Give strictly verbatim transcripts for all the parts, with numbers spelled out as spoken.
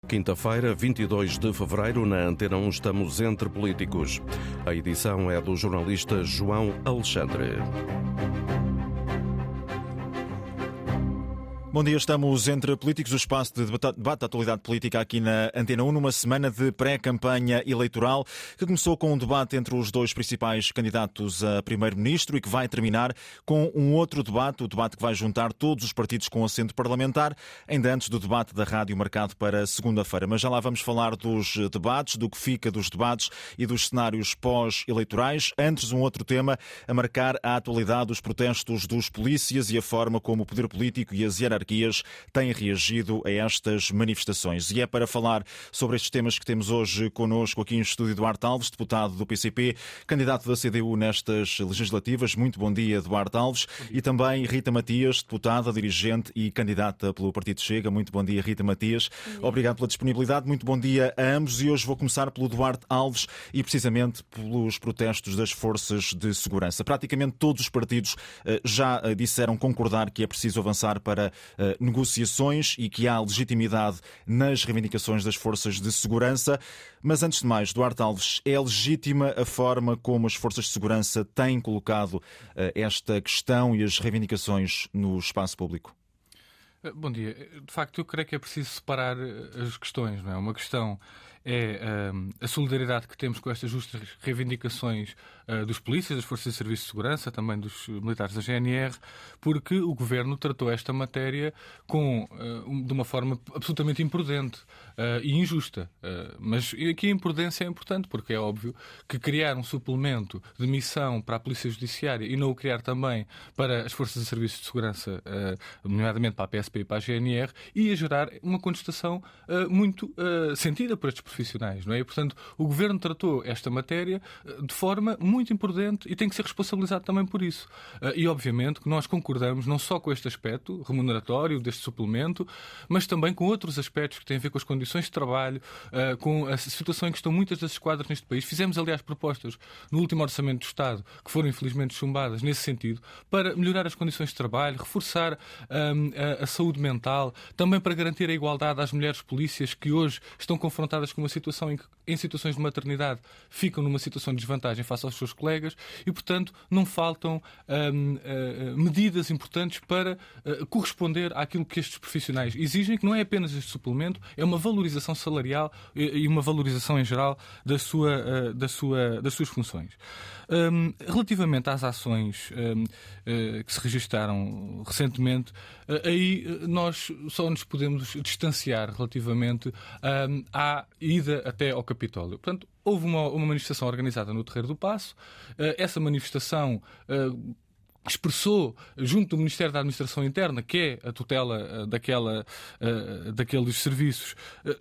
Quinta-feira, vinte e dois de fevereiro, na Antena um estamos entre políticos. A edição é do jornalista João Alexandre. Bom dia, estamos entre políticos, o espaço de debate da atualidade política aqui na Antena um, numa semana de pré-campanha eleitoral que começou com um debate entre os dois principais candidatos a primeiro-ministro e que vai terminar com um outro debate, o debate que vai juntar todos os partidos com assento parlamentar, ainda antes do debate da rádio marcado para segunda-feira. Mas já lá vamos falar dos debates, do que fica dos debates e dos cenários pós-eleitorais. Antes, um outro tema a marcar a atualidade dos protestos dos polícias e a forma como o poder político e as hierarquias têm reagido a estas manifestações. E é para falar sobre estes temas que temos hoje connosco aqui em estúdio Duarte Alves, deputado do P C P, candidato da C D U nestas legislativas. Muito bom dia, Duarte Alves. E também Rita Matias, deputada, dirigente e candidata pelo Partido Chega. Muito bom dia, Rita Matias. Obrigado pela disponibilidade. Muito bom dia a ambos. E hoje vou começar pelo Duarte Alves e precisamente pelos protestos das forças de segurança. Praticamente todos os partidos já disseram concordar que é preciso avançar para Uh, negociações e que há legitimidade nas reivindicações das forças de segurança. Mas antes de mais, Duarte Alves, é legítima a forma como as forças de segurança têm colocado uh, esta questão e as reivindicações no espaço público? Bom dia. De facto, eu creio que é preciso separar as questões, não é? Uma questão é um, a solidariedade que temos com estas justas reivindicações uh, dos polícias, das forças de serviço de segurança, também dos militares da G N R, porque o Governo tratou esta matéria com, uh, de uma forma absolutamente imprudente uh, e injusta. Uh, mas aqui a imprudência é importante, porque é óbvio que criar um suplemento de missão para a Polícia Judiciária e não o criar também para as forças de serviço de segurança, uh, nomeadamente para a P S P e para a G N R, ia gerar uma contestação uh, muito uh, sentida por estes profissionais, não é? E, portanto, o Governo tratou esta matéria de forma muito imprudente e tem que ser responsabilizado também por isso. E, obviamente, que nós concordamos não só com este aspecto remuneratório deste suplemento, mas também com outros aspectos que têm a ver com as condições de trabalho, com a situação em que estão muitas das esquadras neste país. Fizemos, aliás, propostas no último Orçamento do Estado, que foram infelizmente chumbadas nesse sentido, para melhorar as condições de trabalho, reforçar um, a, a saúde mental, também para garantir a igualdade às mulheres polícias que hoje estão confrontadas com uma situação em que, em situações de maternidade, ficam numa situação de desvantagem face aos seus colegas e, portanto, não faltam hum, uh, medidas importantes para uh, corresponder àquilo que estes profissionais exigem, que não é apenas este suplemento, é uma valorização salarial e, e uma valorização em geral da sua, uh, da sua, das suas funções. Um, relativamente às ações um, uh, que se registaram recentemente, uh, aí uh, nós só nos podemos distanciar relativamente um, à ida até ao Capitólio. Portanto, houve uma, uma manifestação organizada no Terreiro do Paço. Uh, essa manifestação Uh, expressou junto do Ministério da Administração Interna, que é a tutela uh, daquela, uh, daqueles serviços, uh,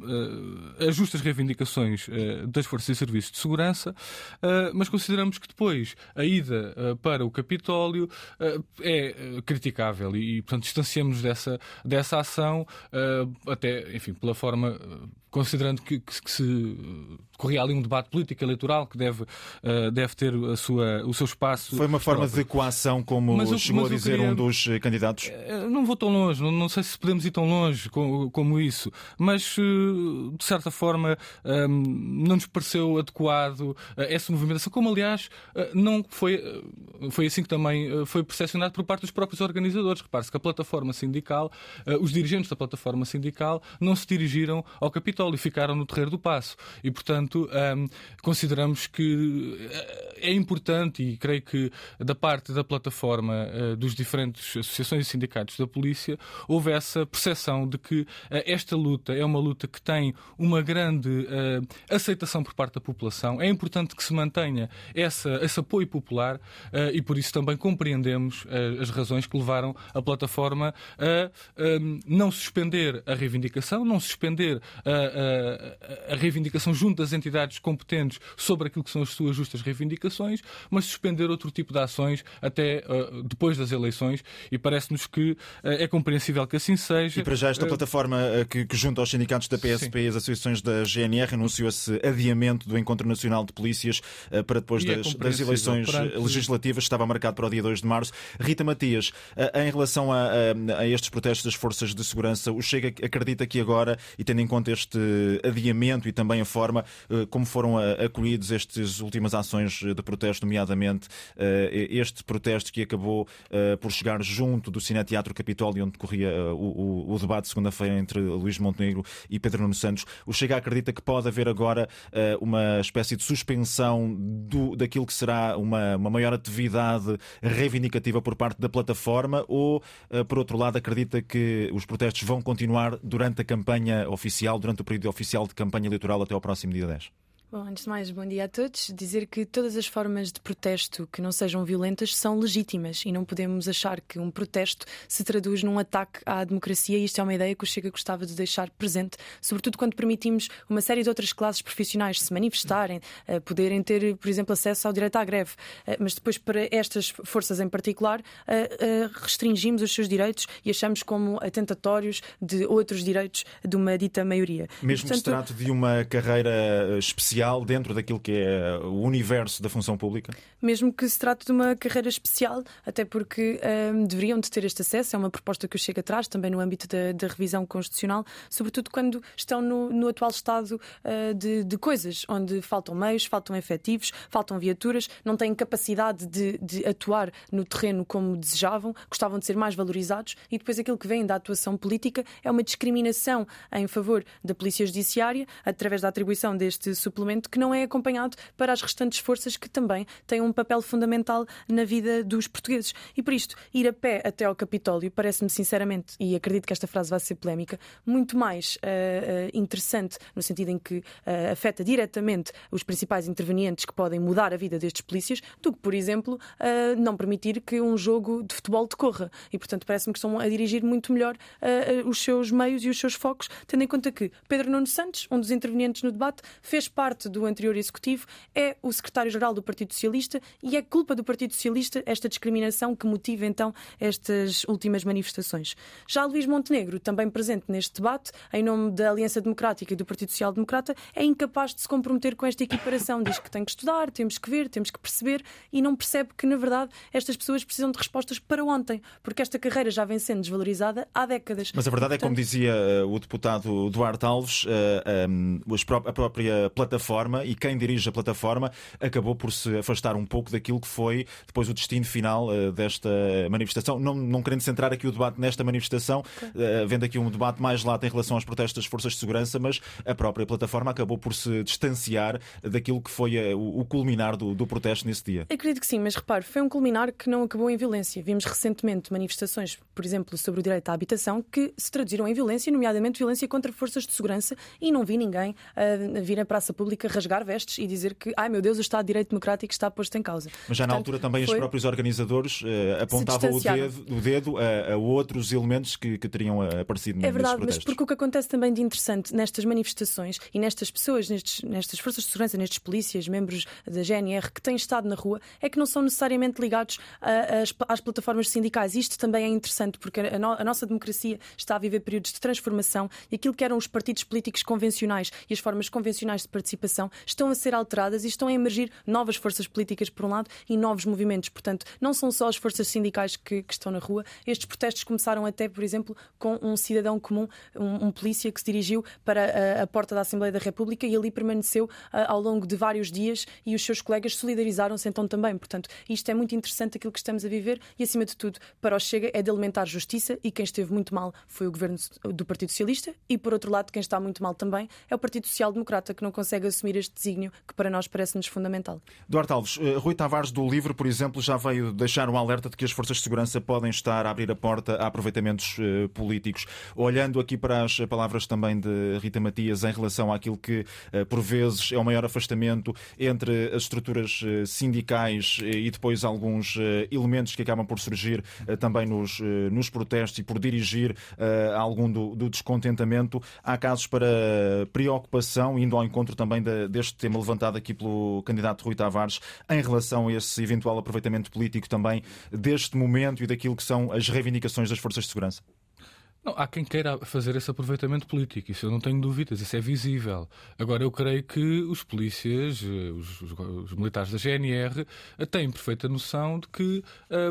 uh, as justas reivindicações uh, das forças e serviços de segurança, uh, mas consideramos que depois a ida uh, para o Capitólio uh, é uh, criticável e, e, portanto, distanciamos dessa, dessa ação, uh, até, enfim, pela forma... Uh, considerando que, que, que se corria ali um debate político eleitoral que deve, uh, deve ter a sua, o seu espaço. Foi uma forma próprio. de coação, como mas, chegou mas a dizer queria... um dos candidatos? Não vou tão longe, não, não sei se podemos ir tão longe como, como isso, mas uh, de certa forma um, não nos pareceu adequado uh, essa movimentação, como aliás uh, não foi, uh, foi assim que também uh, foi percepcionado por parte dos próprios organizadores. Repare-se que a plataforma sindical, uh, os dirigentes da plataforma sindical não se dirigiram ao Capitólio e ficaram no Terreiro do Paço. E, portanto, um, consideramos que é importante, e creio que da parte da plataforma uh, dos diferentes associações e sindicatos da polícia, houve essa percepção de que uh, esta luta é uma luta que tem uma grande uh, aceitação por parte da população. É importante que se mantenha essa, esse apoio popular uh, e, por isso, também compreendemos uh, as razões que levaram a plataforma a um, não suspender a reivindicação, não suspender a A, a reivindicação junto das entidades competentes sobre aquilo que são as suas justas reivindicações, mas suspender outro tipo de ações, até uh, depois das eleições, e parece-nos que uh, é compreensível que assim seja. E para já esta uh, plataforma uh, que, que junta aos sindicatos da P S P sim. e as associações da G N R anunciou esse adiamento do Encontro Nacional de Polícias uh, para depois das, é das eleições perante... legislativas, estava marcado para o dia dois de março. Rita Matias, uh, em relação a, a, a estes protestos das forças de segurança, o Chega acredita que agora, e tendo em conta este adiamento e também a forma uh, como foram uh, acolhidos estas últimas ações de protesto, nomeadamente uh, este protesto que acabou uh, por chegar junto do Cineteatro Capitólio, onde decorria uh, o, o debate segunda-feira entre Luís Montenegro e Pedro Nuno Santos. O Chega acredita que pode haver agora uh, uma espécie de suspensão do, daquilo que será uma, uma maior atividade reivindicativa por parte da plataforma, ou, uh, por outro lado, acredita que os protestos vão continuar durante a campanha oficial, durante o período oficial de campanha eleitoral até ao próximo dia dez? Bom, antes de mais, bom dia a todos. Dizer que todas as formas de protesto que não sejam violentas são legítimas e não podemos achar que um protesto se traduz num ataque à democracia, e isto é uma ideia que o Chega gostava de deixar presente, sobretudo quando permitimos uma série de outras classes profissionais se manifestarem, poderem ter, por exemplo, acesso ao direito à greve. Mas depois, para estas forças em particular, restringimos os seus direitos e achamos como atentatórios de outros direitos de uma dita maioria. Mesmo e, portanto, que se trate de uma carreira especial dentro daquilo que é o universo da função pública? Mesmo que se trate de uma carreira especial, até porque hum, deveriam de ter este acesso. É uma proposta que o Chega traz também no âmbito da, da revisão constitucional, sobretudo quando estão no, no atual estado uh, de, de coisas, onde faltam meios, faltam efetivos, faltam viaturas, não têm capacidade de, de atuar no terreno como desejavam, gostavam de ser mais valorizados, e depois aquilo que vem da atuação política é uma discriminação em favor da Polícia Judiciária, através da atribuição deste suplemento, que não é acompanhado para as restantes forças que também têm um papel fundamental na vida dos portugueses. E por isto, ir a pé até ao Capitólio parece-me sinceramente, e acredito que esta frase vai ser polémica, muito mais uh, uh, interessante, no sentido em que uh, afeta diretamente os principais intervenientes que podem mudar a vida destes polícias, do que, por exemplo, uh, não permitir que um jogo de futebol decorra. E, portanto, parece-me que estão a dirigir muito melhor uh, uh, os seus meios e os seus focos, tendo em conta que Pedro Nuno Santos, um dos intervenientes no debate, fez parte do anterior executivo, é o secretário-geral do Partido Socialista, e é culpa do Partido Socialista esta discriminação que motiva então estas últimas manifestações. Já Luís Montenegro, também presente neste debate, em nome da Aliança Democrática e do Partido Social Democrata, é incapaz de se comprometer com esta equiparação. Diz que tem que estudar, temos que ver, temos que perceber, e não percebe que, na verdade, estas pessoas precisam de respostas para ontem, porque esta carreira já vem sendo desvalorizada há décadas. Mas a verdade, portanto, é, como dizia uh, o deputado Duarte Alves, uh, um, a própria plataforma e quem dirige a plataforma acabou por se afastar um pouco daquilo que foi depois o destino final uh, desta manifestação. Não, não querendo centrar aqui o debate nesta manifestação, uh, havendo aqui um debate mais lato em relação aos protestos das forças de segurança, mas a própria plataforma acabou por se distanciar daquilo que foi uh, o, o culminar do, do protesto nesse dia. Eu acredito que sim, mas repare, foi um culminar que não acabou em violência. Vimos recentemente manifestações, por exemplo, sobre o direito à habitação, que se traduziram em violência, nomeadamente violência contra forças de segurança, e não vi ninguém uh, vir à praça pública rasgar vestes e dizer que, ai meu Deus, o Estado de Direito Democrático está posto em causa. Mas já na Portanto, altura também os próprios organizadores uh, apontavam o dedo, o dedo a, a outros elementos que, que teriam aparecido nesses protestos. É verdade, mas porque o que acontece também de interessante nestas manifestações e nestas pessoas, nestes, nestas forças de segurança, nestes polícias, membros da G N R que têm estado na rua, é que não são necessariamente ligados a, às, às plataformas sindicais. Isto também é interessante porque a, no, a nossa democracia está a viver períodos de transformação, e aquilo que eram os partidos políticos convencionais e as formas convencionais de participação estão a ser alteradas e estão a emergir novas forças políticas, por um lado, e novos movimentos. Portanto, não são só as forças sindicais que, que estão na rua. Estes protestos começaram até, por exemplo, com um cidadão comum, um, um polícia que se dirigiu para a, a porta da Assembleia da República e ali permaneceu a, ao longo de vários dias, e os seus colegas solidarizaram-se então também. Portanto, isto é muito interessante, aquilo que estamos a viver, e acima de tudo, para o Chega é de alimentar justiça, e quem esteve muito mal foi o governo do Partido Socialista, e por outro lado, quem está muito mal também é o Partido Social Democrata, que não consegue assumir este desígnio que para nós parece-nos fundamental. Duarte Alves, Rui Tavares do Livre, por exemplo, já veio deixar um alerta de que as forças de segurança podem estar a abrir a porta a aproveitamentos uh, políticos. Olhando aqui para as palavras também de Rita Matias em relação àquilo que, uh, por vezes, é o maior afastamento entre as estruturas uh, sindicais uh, e depois alguns uh, elementos que acabam por surgir uh, também nos, uh, nos protestos e por dirigir uh, algum do, do descontentamento, há casos para preocupação, indo ao encontro também também deste tema levantado aqui pelo candidato Rui Tavares em relação a esse eventual aproveitamento político também deste momento e daquilo que são as reivindicações das forças de segurança? Não, há quem queira fazer esse aproveitamento político, isso eu não tenho dúvidas, isso é visível. Agora, eu creio que os polícias, os, os, os militares da G N R, têm perfeita noção de que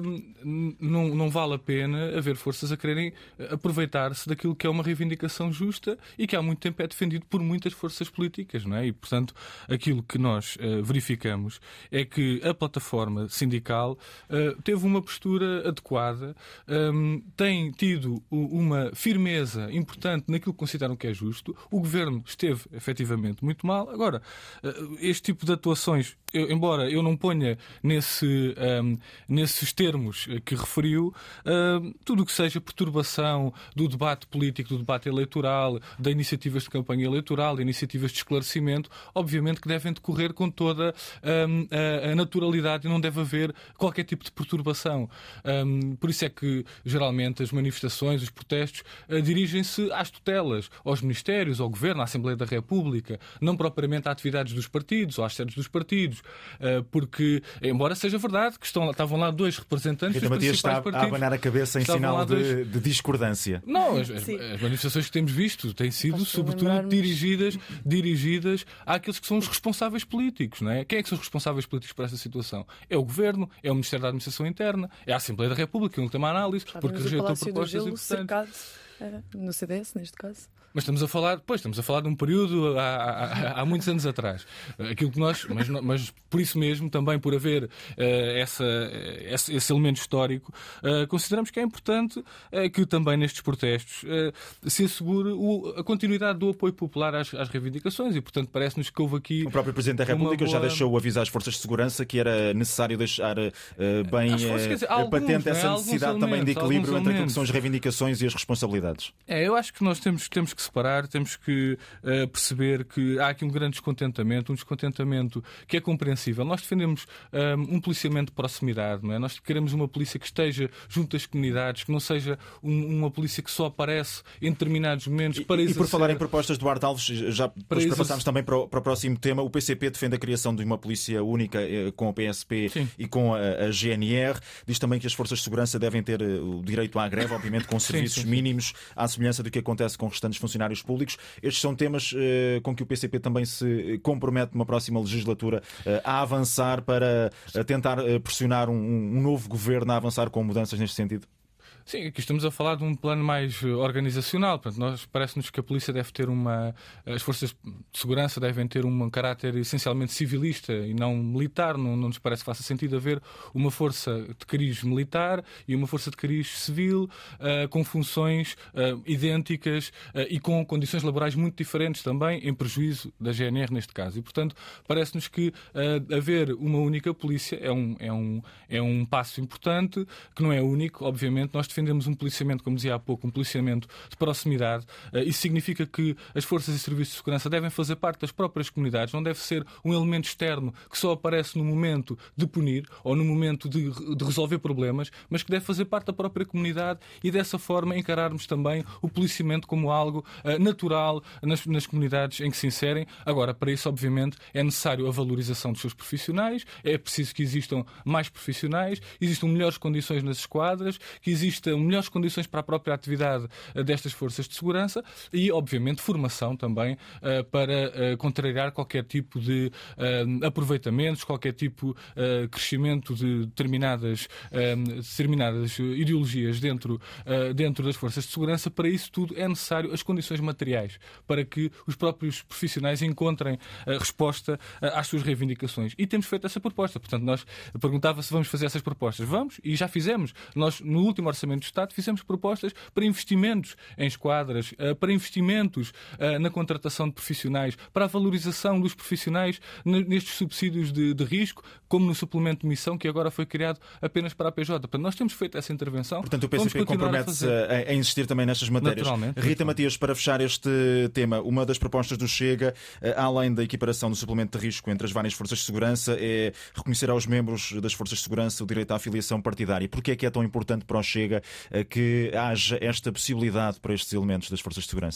hum, não, não vale a pena haver forças a quererem aproveitar-se daquilo que é uma reivindicação justa e que há muito tempo é defendido por muitas forças políticas, não é? E, portanto, aquilo que nós uh, verificamos é que a plataforma sindical uh, teve uma postura adequada, um, tem tido uma firmeza importante naquilo que consideram que é justo. O governo esteve efetivamente muito mal. Agora, este tipo de atuações, eu, embora eu não ponha nesse, um, nesses termos que referiu, um, tudo o que seja perturbação do debate político, do debate eleitoral, de iniciativas de campanha eleitoral, de iniciativas de esclarecimento, obviamente que devem decorrer com toda um, a, a naturalidade e não deve haver qualquer tipo de perturbação. Um, por isso é que, geralmente, as manifestações, os protestos, dirigem-se às tutelas, aos ministérios, ao governo, à Assembleia da República, não propriamente a atividades dos partidos ou às sedes dos partidos, porque, embora seja verdade que estão, estavam lá dois representantes Rita dos Matias principais está partidos. A abanar a cabeça em sinal de, dois... de discordância. Não, as, as, as manifestações que temos visto têm sido, Posso sobretudo, lembrarmos... dirigidas, dirigidas àqueles que são os responsáveis políticos, não é? Quem é que são os responsáveis políticos para esta situação? É o Governo, é o Ministério da Administração Interna, é a Assembleia da República, em última análise, porque rejeitou propostas importantes. No C D S, neste caso. Mas estamos a falar, pois, estamos a falar de um período há, há, há muitos anos atrás. Aquilo que nós, mas, mas por isso mesmo, também por haver uh, essa, esse, esse elemento histórico, uh, consideramos que é importante uh, que também nestes protestos uh, se assegure o, a continuidade do apoio popular às, às reivindicações e, portanto, parece-nos que houve aqui... O próprio Presidente da República boa... já deixou avisar às forças de segurança que era necessário deixar uh, bem forças, uh, dizer, alguns, patente essa é, necessidade também de equilíbrio entre aquilo que são as reivindicações e as responsabilidades. É, eu acho que nós temos, temos que separar, temos que uh, perceber que há aqui um grande descontentamento, um descontentamento que é compreensível. Nós defendemos um, um policiamento de proximidade, não é? Nós queremos uma polícia que esteja junto às comunidades, que não seja um, uma polícia que só aparece em determinados momentos e, para e, exercer... E por falar em propostas, Duarte Alves, já para, para exercer... passarmos também para o, para o próximo tema, o P C P defende a criação de uma polícia única eh, com o P S P Sim. e com a, a G N R. Diz também que as forças de segurança devem ter o direito à greve, obviamente com serviços sim, sim, sim. mínimos, à semelhança do que acontece com restantes funcionários públicos. Estes são temas eh, com que o P C P também se compromete numa próxima legislatura eh, a avançar para a tentar eh, pressionar um, um novo governo a avançar com mudanças neste sentido? Sim, aqui estamos a falar de um plano mais organizacional. Portanto, nós, parece-nos que a polícia deve ter uma... As forças de segurança devem ter um caráter essencialmente civilista e não militar. Não, não nos parece que faça sentido haver uma força de cariz militar e uma força de cariz civil uh, com funções uh, idênticas uh, e com condições laborais muito diferentes também, em prejuízo da G N R neste caso. E, portanto, parece-nos que uh, haver uma única polícia é um, é, um, é um passo importante, que não é único, obviamente. Nós defendemos um policiamento, como dizia há pouco, um policiamento de proximidade. Isso significa que as forças e serviços de segurança devem fazer parte das próprias comunidades, não deve ser um elemento externo que só aparece no momento de punir ou no momento de, de resolver problemas, mas que deve fazer parte da própria comunidade e dessa forma encararmos também o policiamento como algo uh, natural nas, nas comunidades em que se inserem. Agora, para isso, obviamente, é necessário a valorização dos seus profissionais, é preciso que existam mais profissionais, existam melhores condições nas esquadras, que existam melhores condições para a própria atividade destas forças de segurança e, obviamente, formação também uh, para uh, contrariar qualquer tipo de uh, aproveitamentos, qualquer tipo de uh, crescimento de determinadas, uh, determinadas ideologias dentro, uh, dentro das forças de segurança. Para isso tudo é necessário as condições materiais para que os próprios profissionais encontrem uh, resposta uh, às suas reivindicações. E temos feito essa proposta. Portanto, nós perguntava se vamos fazer essas propostas. Vamos, e já fizemos. Nós, no último orçamento do Estado, fizemos propostas para investimentos em esquadras, para investimentos na contratação de profissionais, para a valorização dos profissionais nestes subsídios de, de risco, como no suplemento de missão que agora foi criado apenas para a P J. Portanto, nós temos feito essa intervenção. Portanto, o P C P compromete-se a, a insistir também nestas matérias. Rita Matias, para fechar este tema, uma das propostas do Chega, além da equiparação do suplemento de risco entre as várias forças de segurança, é reconhecer aos membros das forças de segurança o direito à afiliação partidária. Porquê é que é tão importante para o Chega que haja esta possibilidade para estes elementos das forças de segurança?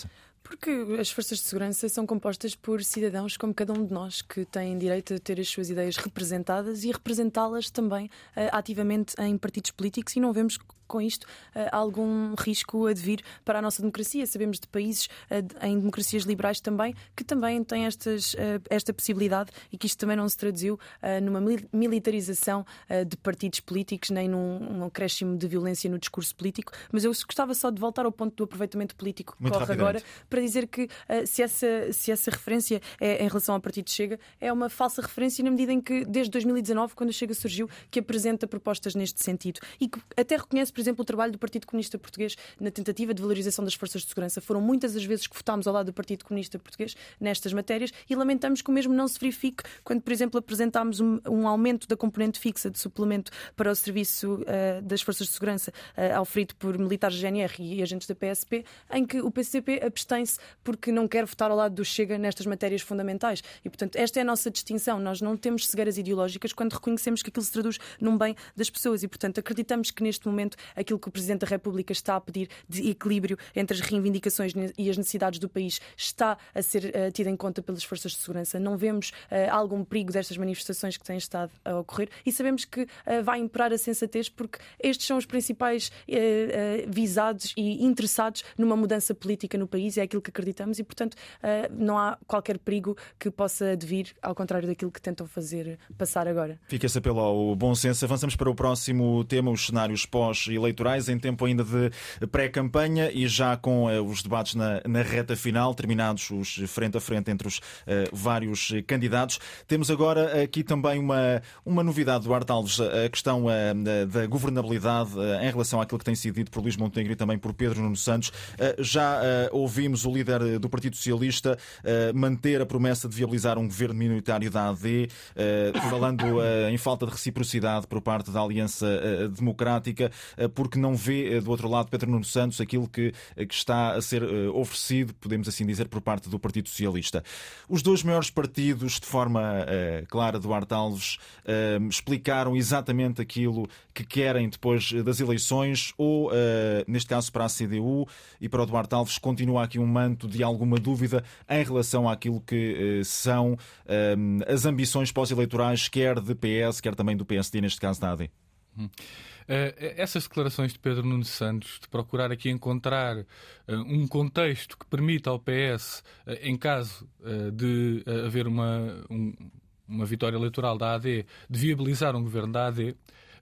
Porque as forças de segurança são compostas por cidadãos como cada um de nós, que têm direito a ter as suas ideias representadas e a representá-las também uh, ativamente em partidos políticos, e não vemos com isto uh, algum risco a devir para a nossa democracia. Sabemos de países uh, em democracias liberais também que também têm estas, uh, esta possibilidade, e que isto também não se traduziu uh, numa militarização uh, de partidos políticos, nem num um acréscimo de violência no discurso político. Mas eu gostava só de voltar ao ponto do aproveitamento político que Muito corre agora, para dizer que uh, se, essa, se essa referência é em relação ao Partido Chega, é uma falsa referência, na medida em que desde dois mil e dezanove, quando o Chega surgiu, que apresenta propostas neste sentido e que até reconhece, por exemplo, o trabalho do Partido Comunista Português na tentativa de valorização das forças de segurança. Foram muitas as vezes que votámos ao lado do Partido Comunista Português nestas matérias, e lamentamos que o mesmo não se verifique quando, por exemplo, apresentámos um, um aumento da componente fixa de suplemento para o serviço uh, das forças de segurança uh, auferido por militares da G N R e agentes da P S P, em que o P C P abstém-se porque não quer votar ao lado do Chega nestas matérias fundamentais. E, portanto, esta é a nossa distinção. Nós não temos cegueiras ideológicas quando reconhecemos que aquilo se traduz num bem das pessoas, e, portanto, acreditamos que neste momento aquilo que o Presidente da República está a pedir de equilíbrio entre as reivindicações e as necessidades do país está a ser uh, tido em conta pelas forças de segurança. Não vemos uh, algum perigo destas manifestações que têm estado a ocorrer, e sabemos que uh, vai imperar a sensatez, porque estes são os principais uh, uh, visados e interessados numa mudança política no país, é aquilo que acreditamos, e, portanto, uh, não há qualquer perigo que possa advir, ao contrário daquilo que tentam fazer passar agora. Fica esse apelo ao bom senso. Avançamos para o próximo tema, os cenários pós-eleitorais, em tempo ainda de pré-campanha e já com uh, os debates na, na reta final, terminados os frente a frente entre os uh, vários candidatos. Temos agora aqui também uma, uma novidade, Duarte Alves, a questão uh, da governabilidade uh, em relação àquilo que tem sido dito por Luís Montenegro e também por Pedro Nuno Santos. Uh, já uh, ouvimos o líder do Partido Socialista uh, manter a promessa de viabilizar um governo minoritário da A D, uh, falando uh, em falta de reciprocidade por parte da Aliança uh, Democrática, uh, porque não vê uh, do outro lado Pedro Nuno Santos aquilo que, uh, que está a ser uh, oferecido, podemos assim dizer, por parte do Partido Socialista. Os dois maiores partidos, de forma uh, clara, Duarte Alves, uh, explicaram exatamente aquilo que querem depois das eleições, ou, uh, neste caso, para a C D U e para o Duarte Alves, continua aqui um manto de alguma dúvida em relação àquilo que uh, são uh, as ambições pós-eleitorais, quer de P S, quer também do P S D, neste caso da A D. Hum. Uh, essas declarações de Pedro Nuno Santos, de procurar aqui encontrar uh, um contexto que permita ao P S, uh, em caso uh, de uh, haver uma, um, uma vitória eleitoral da A D, de viabilizar um governo da A D,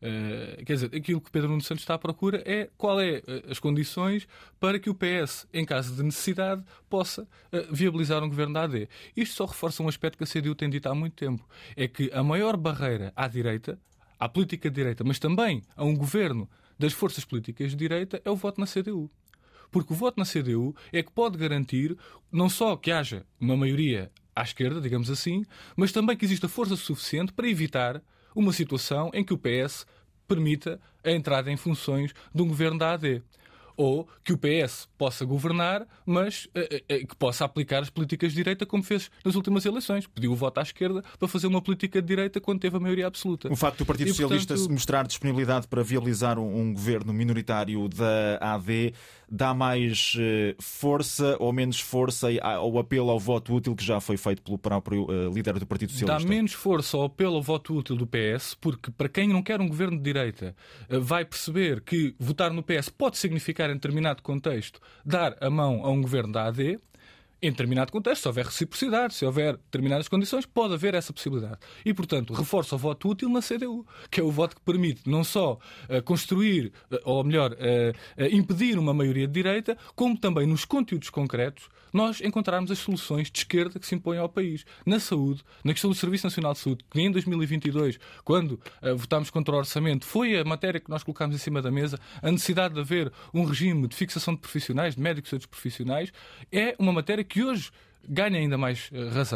uh, quer dizer, aquilo que Pedro Nuno Santos está à procura é qual é uh, as condições para que o P S, em caso de necessidade, possa uh, viabilizar um governo da A D. Isto só reforça um aspecto que a C D U tem dito há muito tempo, é que a maior barreira à direita, à política de direita, mas também a um governo das forças políticas de direita, é o voto na C D U. Porque o voto na C D U é que pode garantir não só que haja uma maioria à esquerda, digamos assim, mas também que exista força suficiente para evitar uma situação em que o P S permita a entrada em funções de um governo da A D. Ou que o P S possa governar, mas uh, uh, que possa aplicar as políticas de direita como fez nas últimas eleições. Pediu o voto à esquerda para fazer uma política de direita quando teve a maioria absoluta. O facto do Partido e, Socialista portanto... mostrar disponibilidade para viabilizar um, um governo minoritário da A D dá mais uh, força ou menos força ao apelo ao voto útil que já foi feito pelo próprio uh, líder do Partido Socialista? Dá menos força ao apelo ao voto útil do P S, porque para quem não quer um governo de direita uh, vai perceber que votar no P S pode significar, em determinado contexto, dar a mão a um governo da A D. Em determinado contexto, se houver reciprocidade, se houver determinadas condições, pode haver essa possibilidade. E, portanto, reforça o voto útil na C D U, que é o voto que permite não só uh, construir, uh, ou melhor, uh, uh, impedir uma maioria de direita, como também nos conteúdos concretos nós encontrarmos as soluções de esquerda que se impõem ao país. Na saúde, na questão do Serviço Nacional de Saúde, que em dois mil e vinte e dois, quando uh, votámos contra o orçamento, foi a matéria que nós colocámos em cima da mesa, a necessidade de haver um regime de fixação de profissionais, de médicos e outros profissionais, é uma matéria que que hoje ganha ainda mais razão.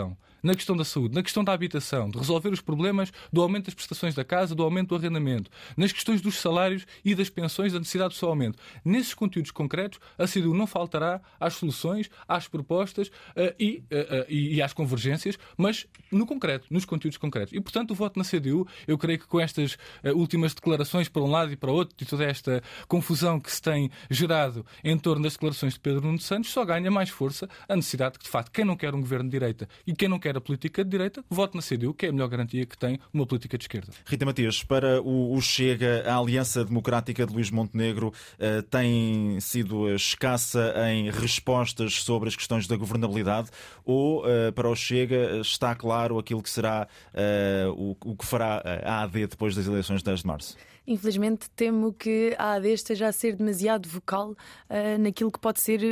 na questão da saúde, na questão da habitação, de resolver os problemas do aumento das prestações da casa, do aumento do arrendamento, nas questões dos salários e das pensões, da necessidade do seu aumento. Nesses conteúdos concretos, a C D U não faltará às soluções, às propostas uh, e, uh, uh, e às convergências, mas no concreto, nos conteúdos concretos. E, portanto, o voto na C D U, eu creio que com estas uh, últimas declarações para um lado e para o outro, e toda esta confusão que se tem gerado em torno das declarações de Pedro Nuno Santos, só ganha mais força a necessidade de que, de facto, quem não quer um governo de direita e quem não quer a política de direita, vote na C D U, que é a melhor garantia que tem uma política de esquerda. Rita Matias, para o, o Chega, a Aliança Democrática de Luís Montenegro uh, tem sido escassa em respostas sobre as questões da governabilidade, ou uh, para o Chega está claro aquilo que será uh, o, o que fará a A D depois das eleições de dez de março? Infelizmente, temo que a A D esteja a ser demasiado vocal uh, naquilo que pode ser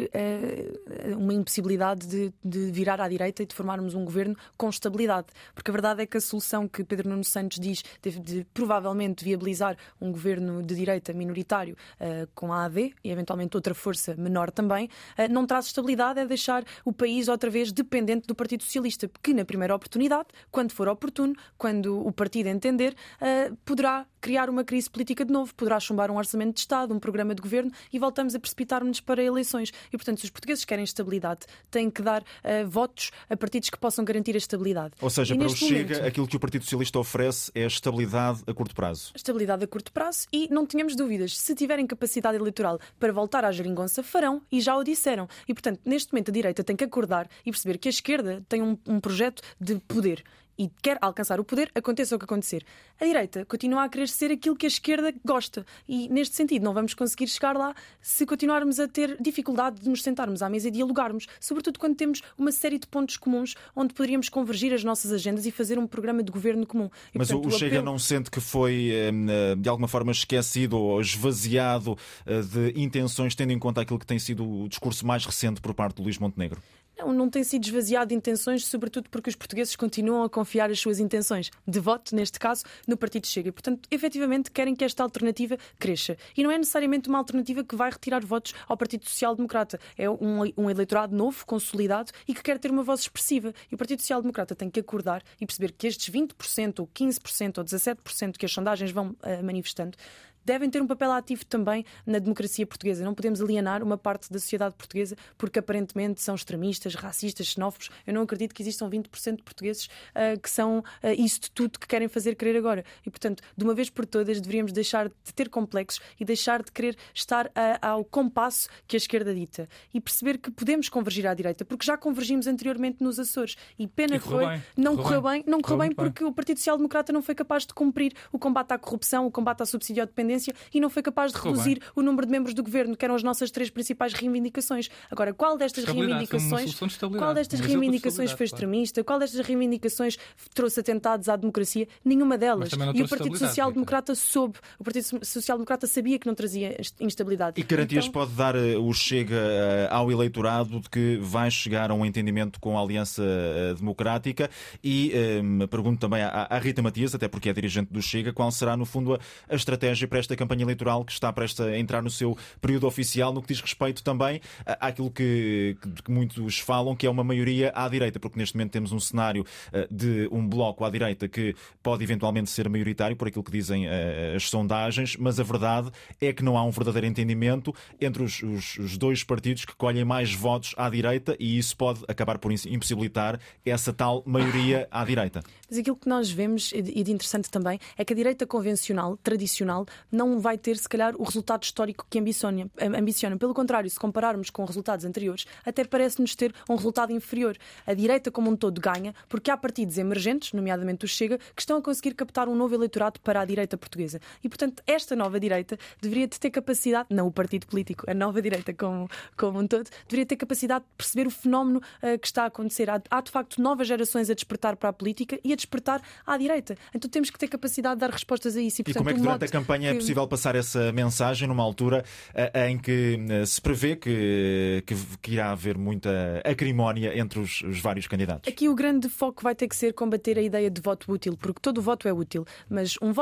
uh, uma impossibilidade de, de virar à direita e de formarmos um governo com estabilidade. Porque a verdade é que a solução que Pedro Nuno Santos diz de, de provavelmente viabilizar um governo de direita minoritário uh, com a A D e eventualmente outra força menor também, uh, não traz estabilidade, é deixar o país outra vez dependente do Partido Socialista, que na primeira oportunidade, quando for oportuno, quando o partido entender, uh, poderá criar uma crise política de novo, poderá chumbar um orçamento de Estado, um programa de governo e voltamos a precipitar-nos para eleições. E, portanto, se os portugueses querem estabilidade, têm que dar uh, votos a partidos que possam garantir a estabilidade. Ou seja, e para o neste Chega, momento, aquilo que o Partido Socialista oferece é estabilidade a curto prazo. Estabilidade a curto prazo e não tínhamos dúvidas. Se tiverem capacidade eleitoral para voltar à geringonça, farão e já o disseram. E, portanto, neste momento a direita tem que acordar e perceber que a esquerda tem um, um projeto de poder e quer alcançar o poder, aconteça o que acontecer. A direita continua a querer ser aquilo que a esquerda gosta e, neste sentido, não vamos conseguir chegar lá se continuarmos a ter dificuldade de nos sentarmos à mesa e dialogarmos, sobretudo quando temos uma série de pontos comuns onde poderíamos convergir as nossas agendas e fazer um programa de governo comum. E, Mas portanto, o Chega apelo... não sente que foi, de alguma forma, esquecido ou esvaziado de intenções, tendo em conta aquilo que tem sido o discurso mais recente por parte do Luís Montenegro? Não, não tem sido esvaziado de intenções, sobretudo porque os portugueses continuam a confiar as suas intenções de voto, neste caso, no Partido Chega. E, portanto, efetivamente querem que esta alternativa cresça. E não é necessariamente uma alternativa que vai retirar votos ao Partido Social Democrata. É um, um eleitorado novo, consolidado e que quer ter uma voz expressiva. E o Partido Social Democrata tem que acordar e perceber que estes vinte por cento, ou quinze por cento, ou dezassete por cento que as sondagens vão uh, manifestando, devem ter um papel ativo também na democracia portuguesa. Não podemos alienar uma parte da sociedade portuguesa porque aparentemente são extremistas, racistas, xenófobos. Eu não acredito que existam vinte por cento de portugueses uh, que são uh, isso de tudo que querem fazer crer agora. E, portanto, de uma vez por todas, deveríamos deixar de ter complexos e deixar de querer estar uh, ao compasso que a esquerda dita e perceber que podemos convergir à direita, porque já convergimos anteriormente nos Açores. E pena e foi, bem. não correu correu bem, bem não correu bem porque bem. O Partido Social Democrata não foi capaz de cumprir o combate à corrupção, o combate à subsídio à dependência e não foi capaz de reduzir o número de membros do governo, que eram as nossas três principais reivindicações. Agora, qual destas reivindicações, qual destas reivindicações foi extremista? Qual destas reivindicações trouxe atentados à democracia? Nenhuma delas. E o Partido Social Democrata soube, o Partido Social Democrata sabia que não trazia instabilidade. E que garantias então... pode dar o Chega ao eleitorado de que vai chegar a um entendimento com a Aliança Democrática? E um, pergunto também à, à Rita Matias, até porque é dirigente do Chega, qual será, no fundo, a, a estratégia para esta campanha eleitoral que está prestes a entrar no seu período oficial, no que diz respeito também àquilo que, que muitos falam, que é uma maioria à direita, porque neste momento temos um cenário de um bloco à direita que pode eventualmente ser maioritário, por aquilo que dizem as sondagens, mas a verdade é que não há um verdadeiro entendimento entre os, os, os dois partidos que colhem mais votos à direita e isso pode acabar por impossibilitar essa tal maioria à direita. Mas aquilo que nós vemos, e de interessante também, é que a direita convencional, tradicional, não vai ter, se calhar, o resultado histórico que ambiciona. ambiciona. Pelo contrário, se compararmos com resultados anteriores, até parece-nos ter um resultado inferior. A direita como um todo ganha, porque há partidos emergentes, nomeadamente o Chega, que estão a conseguir captar um novo eleitorado para a direita portuguesa. E, portanto, esta nova direita deveria ter capacidade, não o partido político, a nova direita como, como um todo, deveria ter capacidade de perceber o fenómeno uh, que está a acontecer. Há, há, de facto, novas gerações a despertar para a política e a despertar à direita. Então temos que ter capacidade de dar respostas a isso. E, portanto, e como é que durante a campanha que... é possível passar essa mensagem numa altura uh, em que uh, se prevê que, que, que irá haver muita acrimónia entre os, os vários candidatos? Aqui o grande foco vai ter que ser combater a ideia de voto útil, porque todo o voto é útil, mas um voto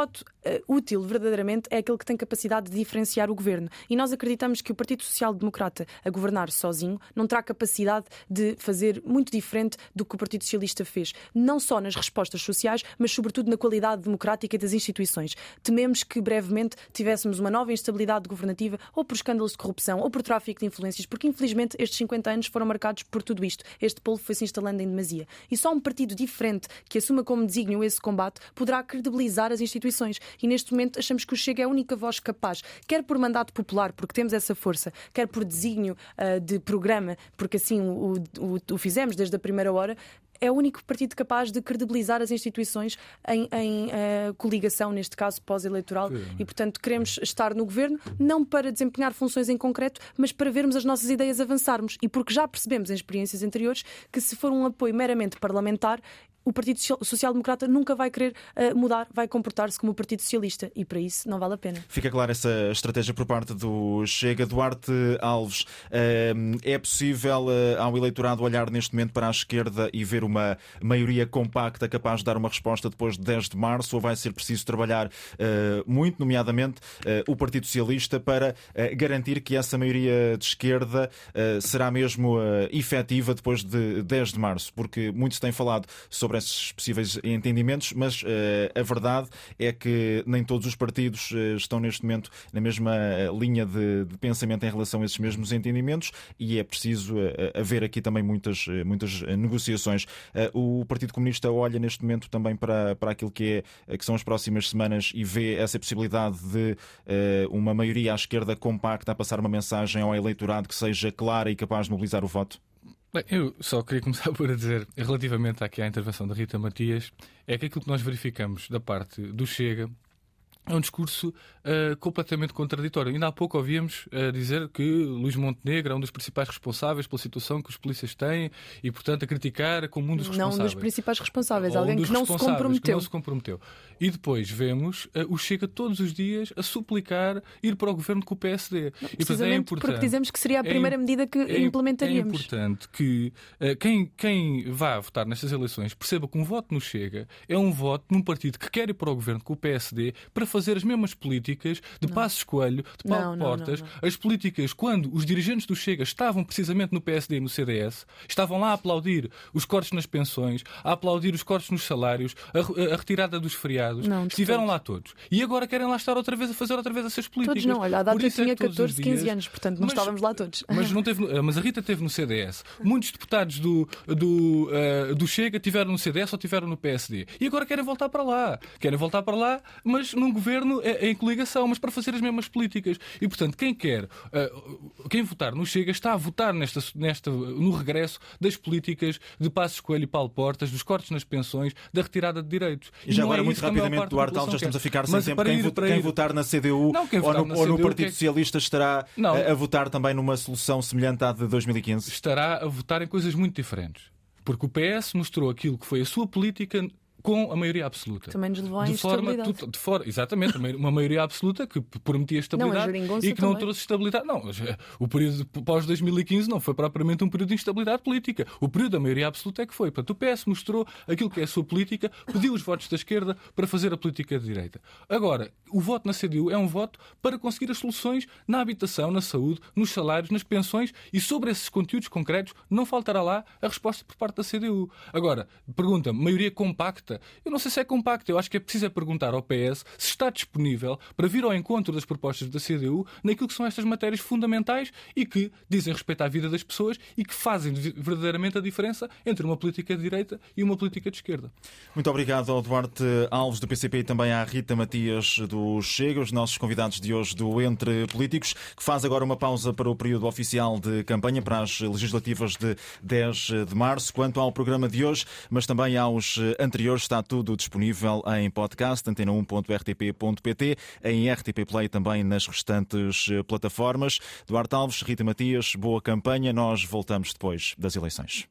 uh, útil verdadeiramente é aquele que tem capacidade de diferenciar o governo. E nós acreditamos que o Partido Social Democrata a governar sozinho não terá capacidade de fazer muito diferente do que o Partido Socialista fez. Não só nas respostas sociais, mas sobretudo na qualidade democrática das instituições. Tememos que brevemente tivéssemos uma nova instabilidade governativa, ou por escândalos de corrupção, ou por tráfico de influências, porque infelizmente estes cinquenta anos foram marcados por tudo isto. Este polvo foi se instalando em demasia. E só um partido diferente que assuma como desígnio esse combate poderá credibilizar as instituições. E neste momento achamos que o Chega é a única voz capaz, quer por mandato popular, porque temos essa força, quer por desígnio uh, de programa, porque assim o, o, o fizemos desde a primeira hora, é o único partido capaz de credibilizar as instituições em, em uh, coligação, neste caso pós-eleitoral. Sim. E, portanto, queremos estar no governo, não para desempenhar funções em concreto, mas para vermos as nossas ideias avançarmos. E porque já percebemos em experiências anteriores que, se for um apoio meramente parlamentar, o Partido Social Democrata nunca vai querer uh, mudar, vai comportar-se como o Partido Socialista, e para isso não vale a pena. Fica clara essa estratégia por parte do Chega. Duarte Alves, uh, é possível uh, ao eleitorado olhar neste momento para a esquerda e ver uma maioria compacta capaz de dar uma resposta depois de dez de março, ou vai ser preciso trabalhar uh, muito, nomeadamente uh, o Partido Socialista, para uh, garantir que essa maioria de esquerda uh, será mesmo uh, efetiva depois de dez de março? Porque muito se tem falado sobre esses possíveis entendimentos, mas uh, a verdade é que nem todos os partidos uh, estão neste momento na mesma linha de, de pensamento em relação a esses mesmos entendimentos, e é preciso uh, haver aqui também muitas, uh, muitas negociações. Uh, o Partido Comunista olha neste momento também para, para aquilo que, é, que são as próximas semanas e vê essa possibilidade de uh, uma maioria à esquerda compacta a passar uma mensagem ao eleitorado que seja clara e capaz de mobilizar o voto? Bem, eu só queria começar por dizer, relativamente aqui à intervenção da Rita Matias, é que aquilo que nós verificamos da parte do Chega é um discurso uh, completamente contraditório. Ainda há pouco ouvíamos uh, dizer que Luís Montenegro é um dos principais responsáveis pela situação que os polícias têm e, portanto, a criticar como um dos responsáveis. Não um dos principais responsáveis, Ou alguém um que, não se comprometeu. que não se comprometeu. E depois vemos uh, o Chega todos os dias a suplicar ir para o governo com o P S D. Não, e, portanto, é importante, porque dizemos que seria a primeira é, medida que é, implementaríamos. É importante que uh, quem, quem vá votar nestas eleições perceba que um voto no Chega é um voto num partido que quer ir para o governo com o P S D para fazer as mesmas políticas políticas de não. Passos Coelho, de Paulo não, Portas, não, não, não. As políticas quando os dirigentes do Chega estavam precisamente no P S D e no C D S, estavam lá a aplaudir os cortes nas pensões, a aplaudir os cortes nos salários, a, a retirada dos feriados, não, estiveram todos. Lá todos. E agora querem lá estar outra vez a fazer outra vez essas políticas. Todos não, olha, a data tinha é catorze, quinze anos, portanto não mas, estávamos lá todos. Mas, não teve, mas a Rita teve no C D S. Muitos deputados do, do, uh, do Chega tiveram no C D S ou tiveram no P S D. E agora querem voltar para lá. Querem voltar para lá, mas num governo em coligação, mas para fazer as mesmas políticas. E, portanto, quem quer, uh, quem votar no Chega está a votar nesta, nesta, no regresso das políticas de Passos Coelho e Paulo Portas, dos cortes nas pensões, da retirada de direitos. E já agora, é muito rapidamente, Duarte Alves, já estamos a ficar sem tempo. Quem, ir, vota, quem votar na C D U não, ou no, ou no Partido é... Socialista estará a, a votar também numa solução semelhante à de dois mil e quinze? Estará a votar em coisas muito diferentes. Porque o P S mostrou aquilo que foi a sua política com a maioria absoluta. Também nos levou à de forma, tu, de for, Exatamente, uma maioria absoluta que prometia estabilidade não, e que não também. trouxe estabilidade. Não, o período pós dois mil e quinze não foi propriamente um período de instabilidade política. O período da maioria absoluta é que foi. Portanto, o P S mostrou aquilo que é a sua política, pediu os votos da esquerda para fazer a política de direita. Agora, o voto na C D U é um voto para conseguir as soluções na habitação, na saúde, nos salários, nas pensões, e sobre esses conteúdos concretos não faltará lá a resposta por parte da C D U. Agora, pergunta-me, maioria compacta? Eu não sei se é compacta. Eu acho que é preciso é perguntar ao P S se está disponível para vir ao encontro das propostas da C D U naquilo que são estas matérias fundamentais e que dizem respeito à vida das pessoas e que fazem verdadeiramente a diferença entre uma política de direita e uma política de esquerda. Muito obrigado ao Duarte Alves do P C P e também à Rita Matias do Chega, os nossos convidados de hoje do Entre Políticos, que faz agora uma pausa para o período oficial de campanha para as legislativas de dez de março. Quanto ao programa de hoje, mas também aos anteriores, está tudo disponível em podcast, antena um ponto r t p ponto p t, em R T P Play também nas restantes plataformas. Duarte Alves, Rita Matias, boa campanha. Nós voltamos depois das eleições.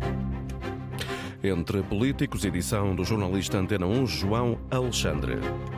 Entre Políticos, edição do jornalista Antena um, João Alexandre.